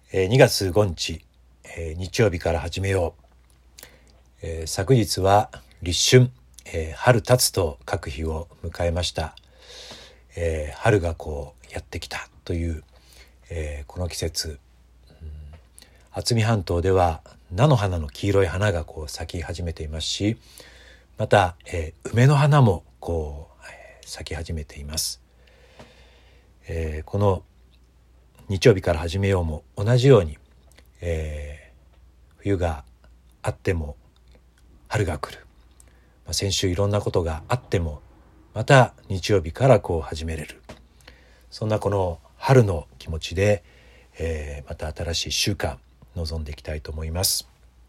2月5日、日曜日から始めよう。昨日は立春、春立つと書く日を迎えました。春がやってきたという、この季節、渥美半島では菜の花の黄色い花が咲き始めていますし、また、梅の花も咲き始めています。この日曜日から始めようも同じように、冬があっても春が来る、先週いろんなことがあってもまた日曜日から始めれる、そんなこの春の気持ちで、また新しい週間臨んでいきたいと思います。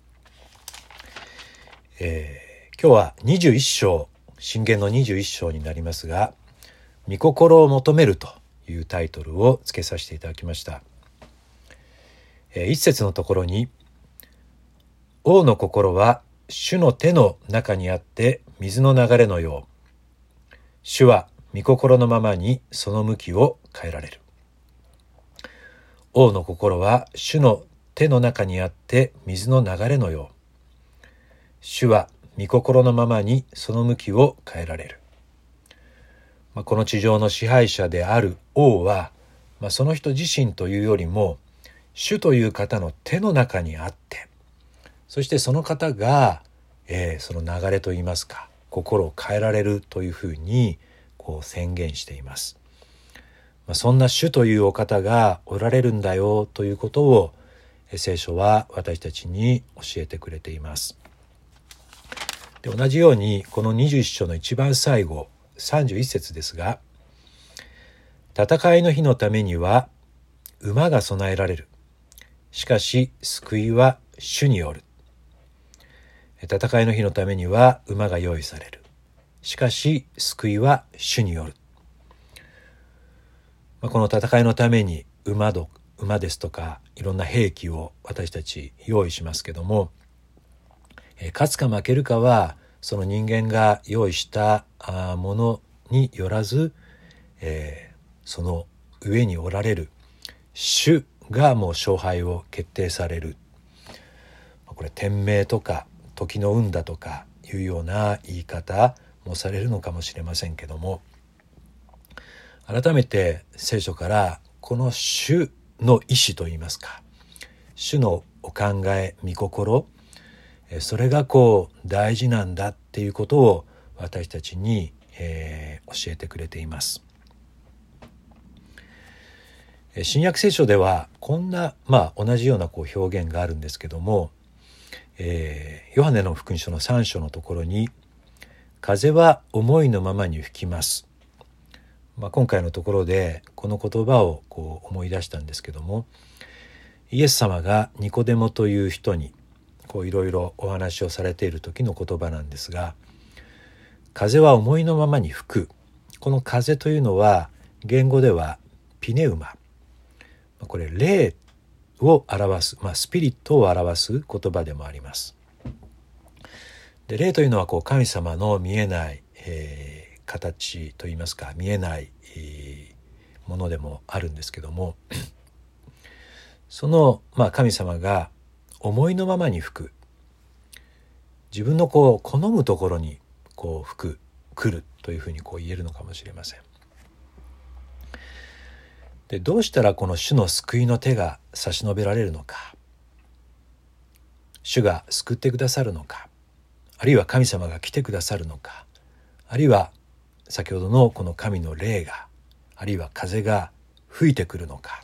今日は21章、箴言の21章になりますが、御心を求めるというタイトルをつけさせていただきました。一節のところに、王の心は主の手の中にあって水の流れのよう、主は御心のままにその向きを変えられる。王の心は主の手の中にあって水の流れのよう、主は御心のままにその向きを変えられる。この地上の支配者である王は、その人自身というよりも主という方の手の中にあって、そしてその方が、その流れといいますか、心を変えられるというふうに宣言しています。そんな主というお方がおられるんだよということを聖書は私たちに教えてくれています。で、同じようにこの21章の一番最後31節ですが、戦いの日のためには馬が備えられる。しかし救いは主による。戦いの日のためには馬が用意される。しかし救いは主による。この戦いのために馬ですとかいろんな兵器を私たち用意しますけども、勝つか負けるかはその人間が用意したものによらず、その上におられる主がもう勝敗を決定される。これ天命とか時の運だとかいうような言い方もされるのかもしれませんけども、改めて聖書からこの主の意志といいますか、主のお考え、御心、それが大事なんだっていうことを私たちに、教えてくれています。新約聖書ではこんな、同じような表現があるんですけども、ヨハネの福音書の3章のところに、風は思いのままに吹きます。今回のところでこの言葉を思い出したんですけども、イエス様がニコデモという人にいろいろお話をされている時の言葉なんですが、風は思いのままに吹く。この風というのは言語ではピネウマ、これ霊を表す、スピリットを表す言葉でもあります。で、霊というのは神様の見えない、形といいますか、見えない、ものでもあるんですけども、その、神様が思いのままに吹く、自分の好むところに吹く、来るというふうに言えるのかもしれません。で、どうしたらこの主の救いの手が差し伸べられるのか、主が救ってくださるのか、あるいは神様が来てくださるのか、あるいは先ほどのこの神の霊が、あるいは風が吹いてくるのか、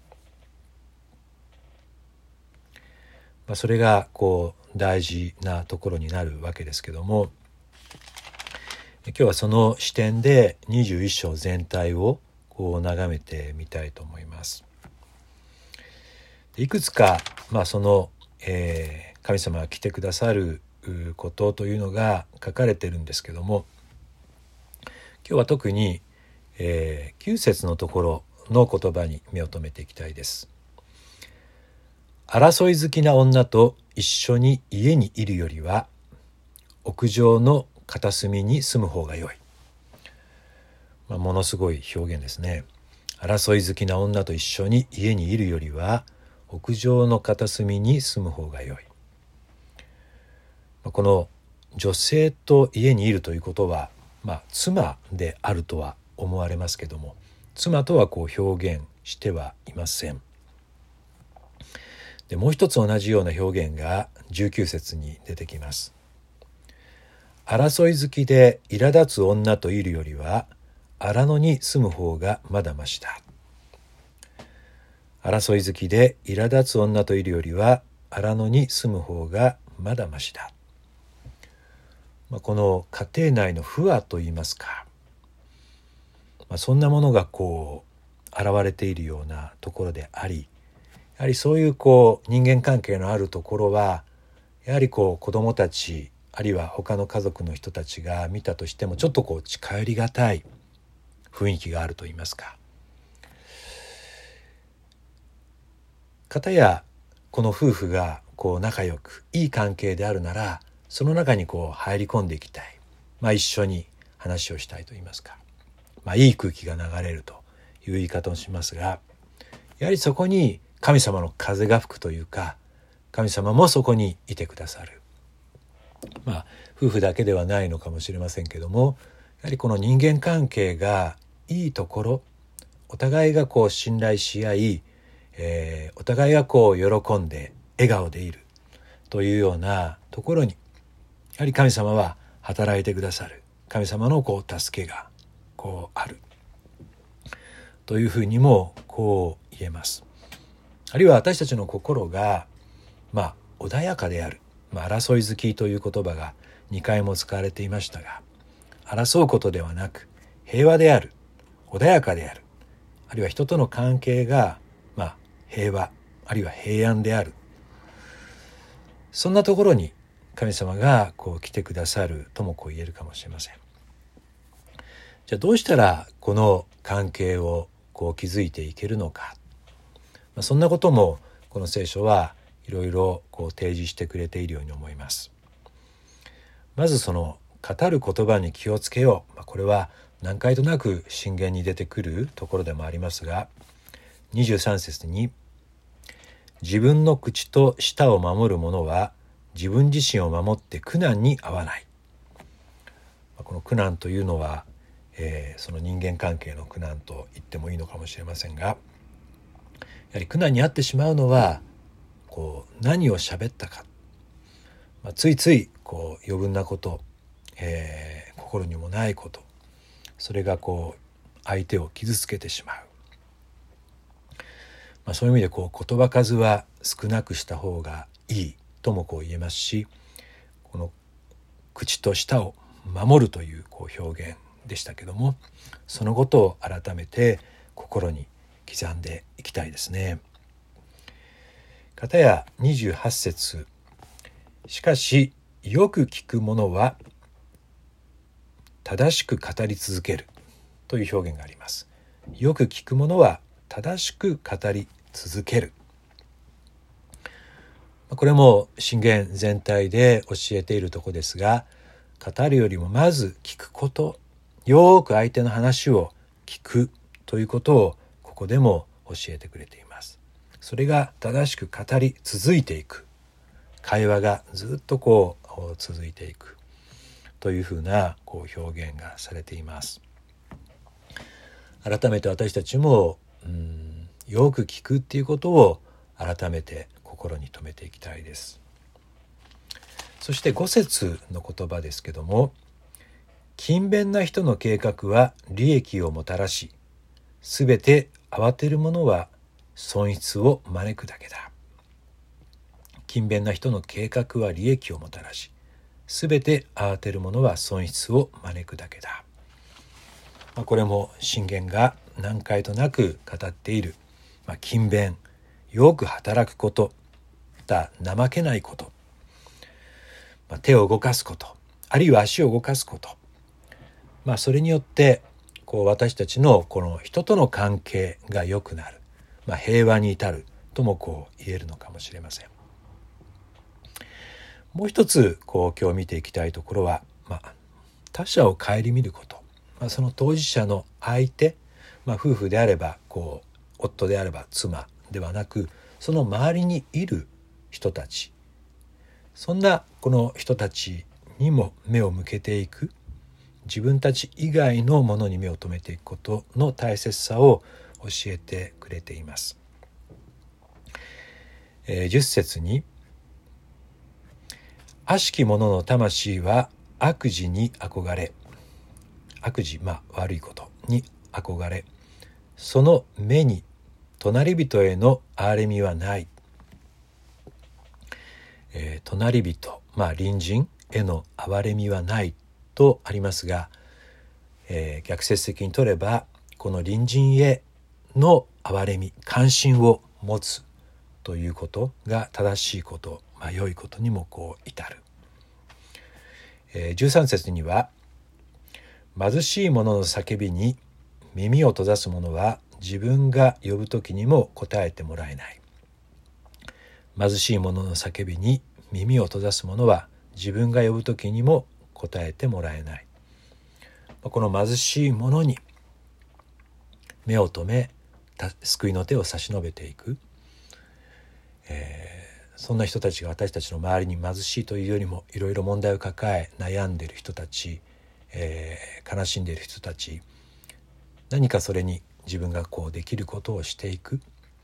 それが大事なところになるわけですけども、今日はその視点で21章全体を眺めてみたいと思います。いくつか、その、神様が来てくださることというのが書かれているんですけども、今日は特に、9節のところの言葉に目を留めていきたいです。争い好きな女と一緒に家にいるよりは屋上の片隅に住む方が良い。ものすごい表現ですね。争い好きな女と一緒に家にいるよりは屋上の片隅に住む方が良い。この女性と家にいるということは、妻であるとは思われますけども、妻とは表現してはいません。でもう一つ同じような表現が19節に出てきます。争い好きで苛立つ女といるよりは荒野に住む方がまだましだ。争い好きで苛立つ女といるよりは荒野に住む方がまだましだ。この家庭内の不和といいますか、そんなものが現れているようなところであり、やはりそういう人間関係のあるところはやはり子どもたちあるいは他の家族の人たちが見たとしてもちょっと近寄りがたい雰囲気があるといいますか。片やこの夫婦が仲良くいい関係であるならその中に入り込んでいきたい、一緒に話をしたいといいますか、いい空気が流れるという言い方をしますが、やはりそこに神様の風が吹くというか、神様もそこにいてくださる。夫婦だけではないのかもしれませんけども、やはりこの人間関係がいいところ、お互いが信頼し合い、お互いが喜んで笑顔でいるというようなところにやはり神様は働いてくださる。神様の助けがあるというふうにも言えます。あるいは私たちの心が穏やかである、争い好きという言葉が2回も使われていましたが、争うことではなく平和である、穏やかである、あるいは人との関係が平和あるいは平安である、そんなところに神様が来てくださるとも言えるかもしれません。じゃあどうしたらこの関係を築いていけるのか、そんなこともこの聖書はいろいろ提示してくれているように思います。まずその語る言葉に気をつけよう、これは何回となく箴言に出てくるところでもありますが、23節に自分の口と舌を守る者は自分自身を守って苦難に遭わない。この苦難というのは、その人間関係の苦難と言ってもいいのかもしれませんが、やはり苦難に遭ってしまうのは何を喋ったか、ついつい余分なこと、心にもないこと、それが相手を傷つけてしまう、そういう意味で言葉数は少なくした方がいいとも言えますし、この口と舌を守るという表現でしたけども、そのことを改めて心に刻んでいきたいですね。片や28節、しかしよく聞く者は正しく語り続けるという表現があります。よく聞く者は正しく語り続ける、これも箴言全体で教えているところですが、語るよりもまず聞くこと、よく相手の話を聞くということをここでも教えてくれています。それが正しく語り続いていく、会話がずっと続いていくというふうな表現がされています。改めて私たちもよく聞くっていうことを改めて心に留めていきたいです。そして5節の言葉ですけども、勤勉な人の計画は利益をもたらし、すべて慌てる者は損失を招くだけだ。勤勉な人の計画は利益をもたらし、すべて慌てる者は損失を招くだけだ。これも箴言が何回となく語っている、勤勉、よく働くこと、怠けないこと、手を動かすこと、あるいは足を動かすこと、それによって私たちのこの人との関係が良くなる、平和に至るとも言えるのかもしれません。もう一つ今日見ていきたいところは、他者を顧みること、その当事者の相手、夫婦であれば夫であれば妻ではなく、 その周りにいる人たち、そんなこの人たちにも目を向けていく、自分たち以外のものに目を留めていくことの大切さを教えてくれています。10節に、悪しき者の魂は悪事に憧れ、悪事、悪いことに憧れ、その目に隣人への憐れみはない。隣人、隣人への憐れみはないとありますが、逆説的に取れば、この隣人への憐れみ、関心を持つということが正しいこと、良いことにも至る。13節には、貧しい者の叫びに耳を閉ざす者は自分が呼ぶときにも答えてもらえない。貧しい者の叫びに耳を閉ざす者は自分が呼ぶときにも答えてもらえない。この貧しい者に目を留め、救いの手を差し伸べていく、そんな人たちが私たちの周りに貧しいというよりもいろいろ問題を抱え悩んでいる人たち、悲しんでいる人たち、何かそれに自分ができることをしていく。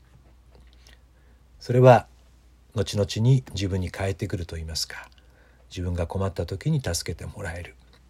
それは後々に自分に返ってくるといいますか、自分が困った時に助けてもらえる。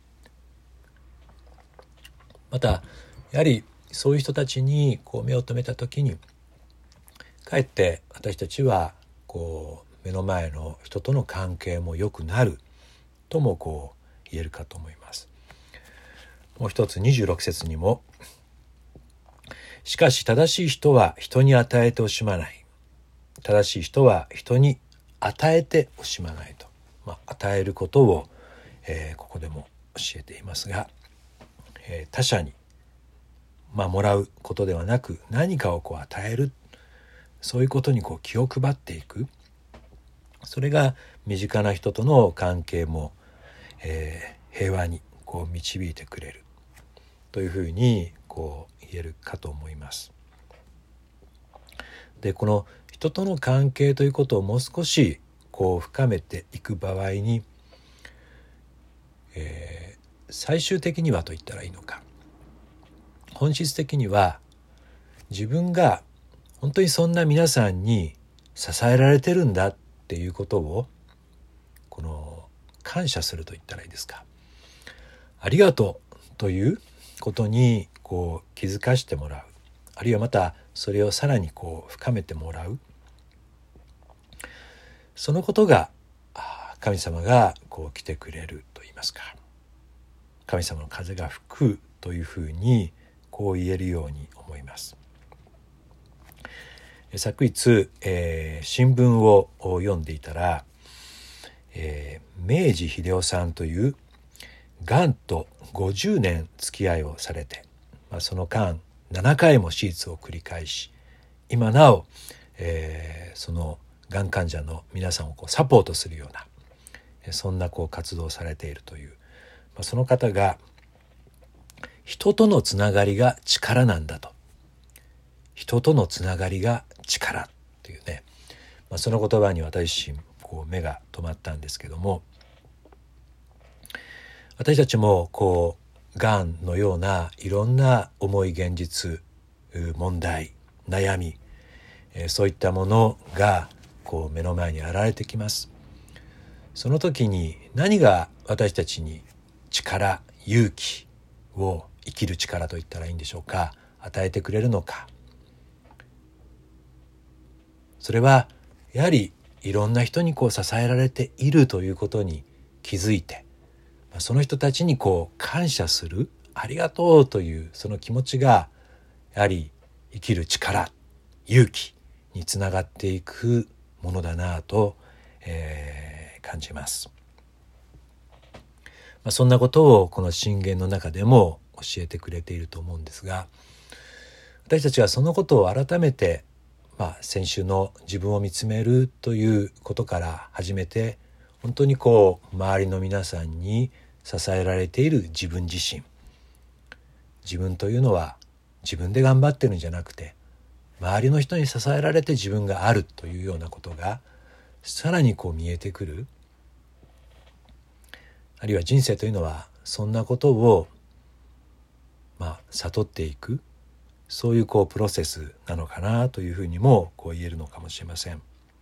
またやはりそういう人たちに目を留めた時に、かえって私たちは目の前の人との関係も良くなるとも言えるかと思います。もう一つ26節にも、しかし正しい人は人に与えて惜しまない。正しい人は人に与えて惜しまないと、与えることを、ここでも教えていますが、他者に、もらうことではなく何かを与える、そういうことに気を配っていく。それが身近な人との関係も、平和に導いてくれるというふうに言えるかと思います。で、この人との関係ということをもう少し深めていく場合に、最終的にはと言ったらいいのか、本質的には自分が本当にそんな皆さんに支えられてるんだっていうことを感謝すると言ったらいいですか、ありがとうということに気づかしてもらう、あるいはまたそれをさらに深めてもらう、そのことが神様が来てくれると言いますか、神様の風が吹くというふうに言えるように思います。昨日、新聞を読んでいたら、明治秀夫さんというがんと50年付き合いをされて、その間7回も手術を繰り返し、今なお、そのがん患者の皆さんをサポートするような、そんな活動をされているという、その方が人とのつながりが力なんだと、人とのつながりが力というね、その言葉に私自身目が止まったんですけども、私たちもがんのようないろんな重い現実、問題、悩み、そういったものが目の前に現れてきます。その時に何が私たちに力、勇気を生きる力と言ったらいいんでしょうか、与えてくれるのか。それはやはりいろんな人に支えられているということに気づいて、その人たちに感謝する、ありがとうというその気持ちがやはり生きる力、勇気につながっていくものだなと、感じます。そんなことをこの箴言の中でも教えてくれていると思うんですが、私たちはそのことを改めて、先週の自分を見つめるということから始めて、本当に周りの皆さんに支えられている自分自身、自分というのは自分で頑張ってるんじゃなくて、 周りの人に支えられて自分があるというようなことがさらに見えてくる。あるいは人生というのはそんなことを悟っていく、そういうプロセスなのかなというふうにも言えるのかもしれません。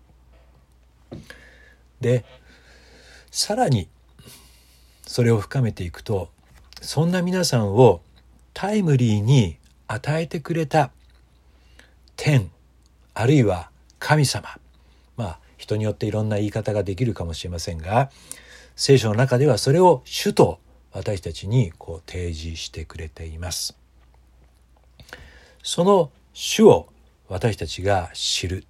で、さらにそれを深めていくと、そんな皆さんをタイムリーに与えてくれた天、あるいは神様、人によっていろんな言い方ができるかもしれませんが、聖書の中ではそれを主と私たちに提示してくれています。その主を私たちが知る、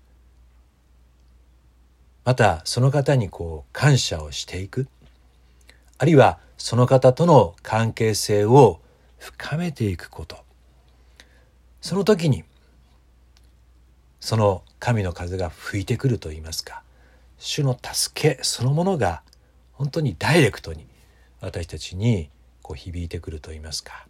またその方に感謝をしていく、あるいはその方との関係性を深めていくこと、その時にその神の風が吹いてくるといいますか、主の助けそのものが本当にダイレクトに私たちに響いてくるといいますか、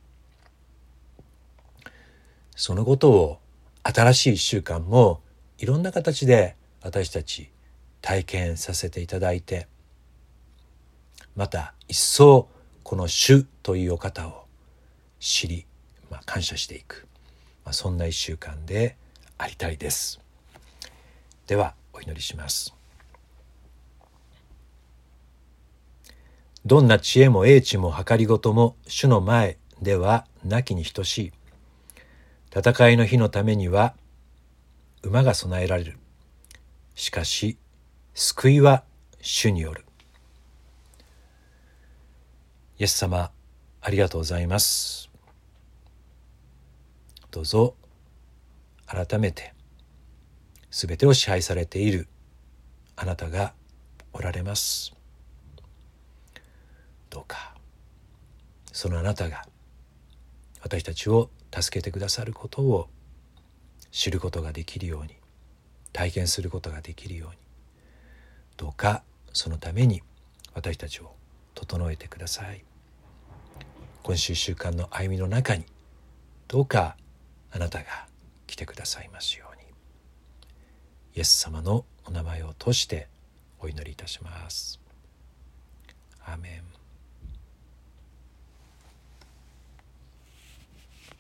そのことを新しい1週間もいろんな形で私たち体験させていただいて、また一層この主というお方を知り、感謝していく、そんな1週間でありたいです。ではお祈りします。どんな知恵も英知も計りごとも主の前ではなきに等しい。戦いの日のためには馬が備えられる。しかし救いは主による。イエス様、ありがとうございます。どうぞ改めてすべてを支配されているあなたがおられます。どうかそのあなたが私たちを助けてくださることを知ることができるように、体験することができるように、どうかそのために私たちを整えてください。今週1週間の歩みの中にどうかあなたが来てくださいますように、イエス様のお名前を通してお祈りいたします。アーメン。